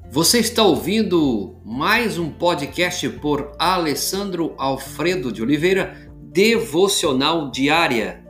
Você está ouvindo mais um podcast por Alessandro Alfredo de Oliveira, Devocional Diária.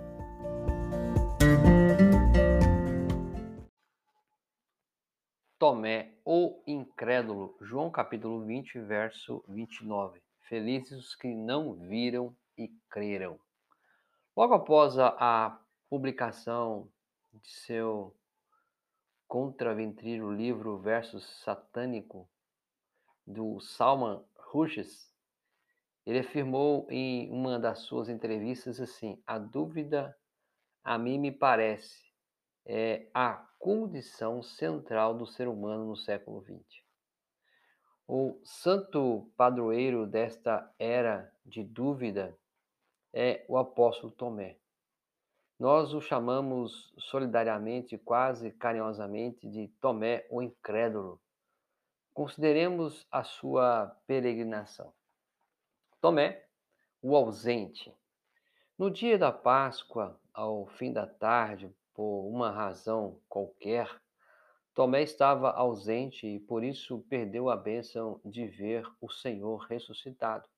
Tomé, o incrédulo, João capítulo 20, verso 29. Felizes os que não viram e creram. Logo após a publicação de seu contraventrilo livro Verso Satânico, do Salman Rushdie, ele afirmou em uma das suas entrevistas assim: a dúvida, a mim me parece, é a condição central do ser humano no século XX. O santo padroeiro desta era de dúvida é o apóstolo Tomé. Nós o chamamos solidariamente, quase carinhosamente, de Tomé o incrédulo. Consideremos a sua peregrinação. Tomé, o ausente. No dia da Páscoa, ao fim da tarde, por uma razão qualquer, Tomé estava ausente e por isso perdeu a bênção de ver o Senhor ressuscitado.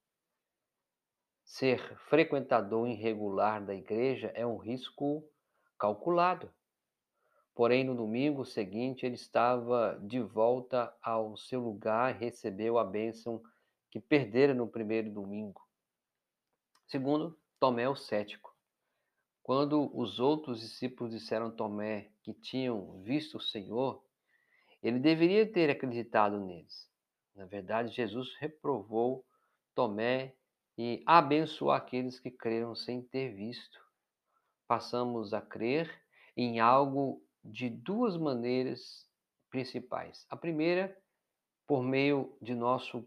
Ser frequentador irregular da igreja é um risco calculado. Porém, no domingo seguinte, ele estava de volta ao seu lugar e recebeu a bênção que perdera no primeiro domingo. Segundo, Tomé o cético. Quando os outros discípulos disseram a Tomé que tinham visto o Senhor, ele deveria ter acreditado neles. Na verdade, Jesus reprovou Tomé e abençoou aqueles que creram sem ter visto. Passamos a crer em algo de duas maneiras principais. A primeira, por meio de nossa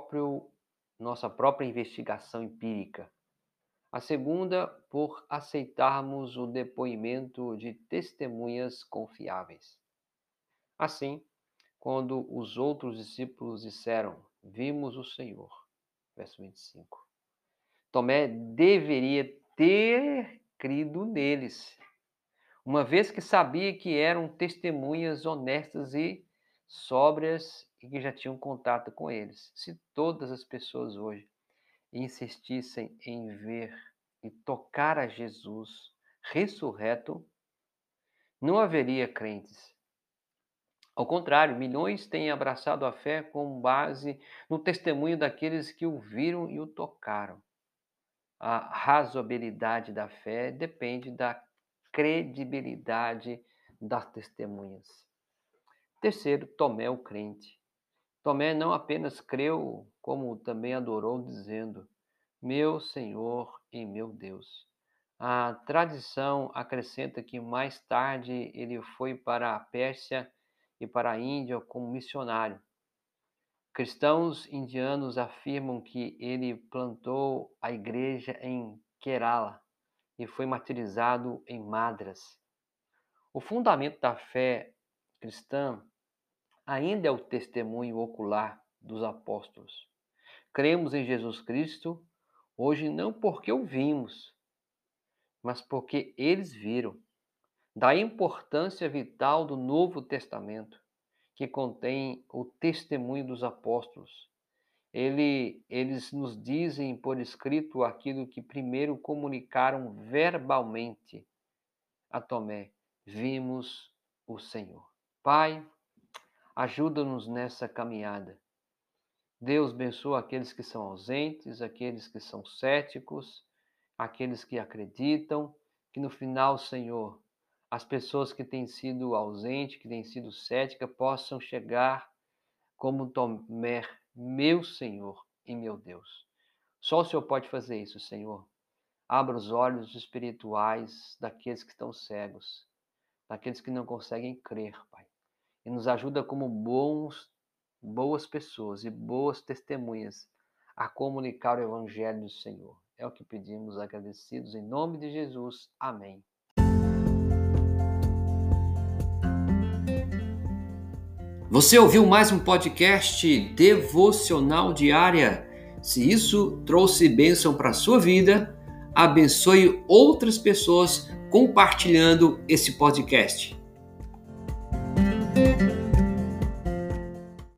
própria investigação empírica. A segunda, por aceitarmos o depoimento de testemunhas confiáveis. Assim, quando os outros discípulos disseram: vimos o Senhor, verso 25, Tomé deveria ter crido neles, uma vez que sabia que eram testemunhas honestas e sóbrias e que já tinham contato com eles. Se todas as pessoas hoje insistissem em ver e tocar a Jesus ressurreto, não haveria crentes. Ao contrário, milhões têm abraçado a fé com base no testemunho daqueles que o viram e o tocaram. A razoabilidade da fé depende da credibilidade das testemunhas. Terceiro, Tomé o crente. Tomé não apenas creu, como também adorou, dizendo: meu Senhor e meu Deus. A tradição acrescenta que mais tarde ele foi para a Pérsia e para a Índia como missionário. Cristãos indianos afirmam que ele plantou a igreja em Kerala e foi martirizado em Madras. O fundamento da fé cristã ainda é o testemunho ocular dos apóstolos. Cremos em Jesus Cristo hoje não porque o vimos, mas porque eles viram. Da importância vital do Novo Testamento, que contém o testemunho dos apóstolos. Eles nos dizem por escrito aquilo que primeiro comunicaram verbalmente a Tomé: vimos o Senhor. Pai, ajuda-nos nessa caminhada. Deus abençoa aqueles que são ausentes, aqueles que são céticos, aqueles que acreditam, que no final, Senhor, as pessoas que têm sido ausentes, que têm sido céticas, possam chegar como Tomé, meu Senhor e meu Deus. Só o Senhor pode fazer isso, Senhor. Abra os olhos espirituais daqueles que estão cegos, daqueles que não conseguem crer, Pai. E nos ajuda como boas pessoas e boas testemunhas a comunicar o Evangelho do Senhor. É o que pedimos agradecidos em nome de Jesus. Amém. Você ouviu mais um podcast Devocional Diária? Se isso trouxe bênção para a sua vida, abençoe outras pessoas compartilhando esse podcast.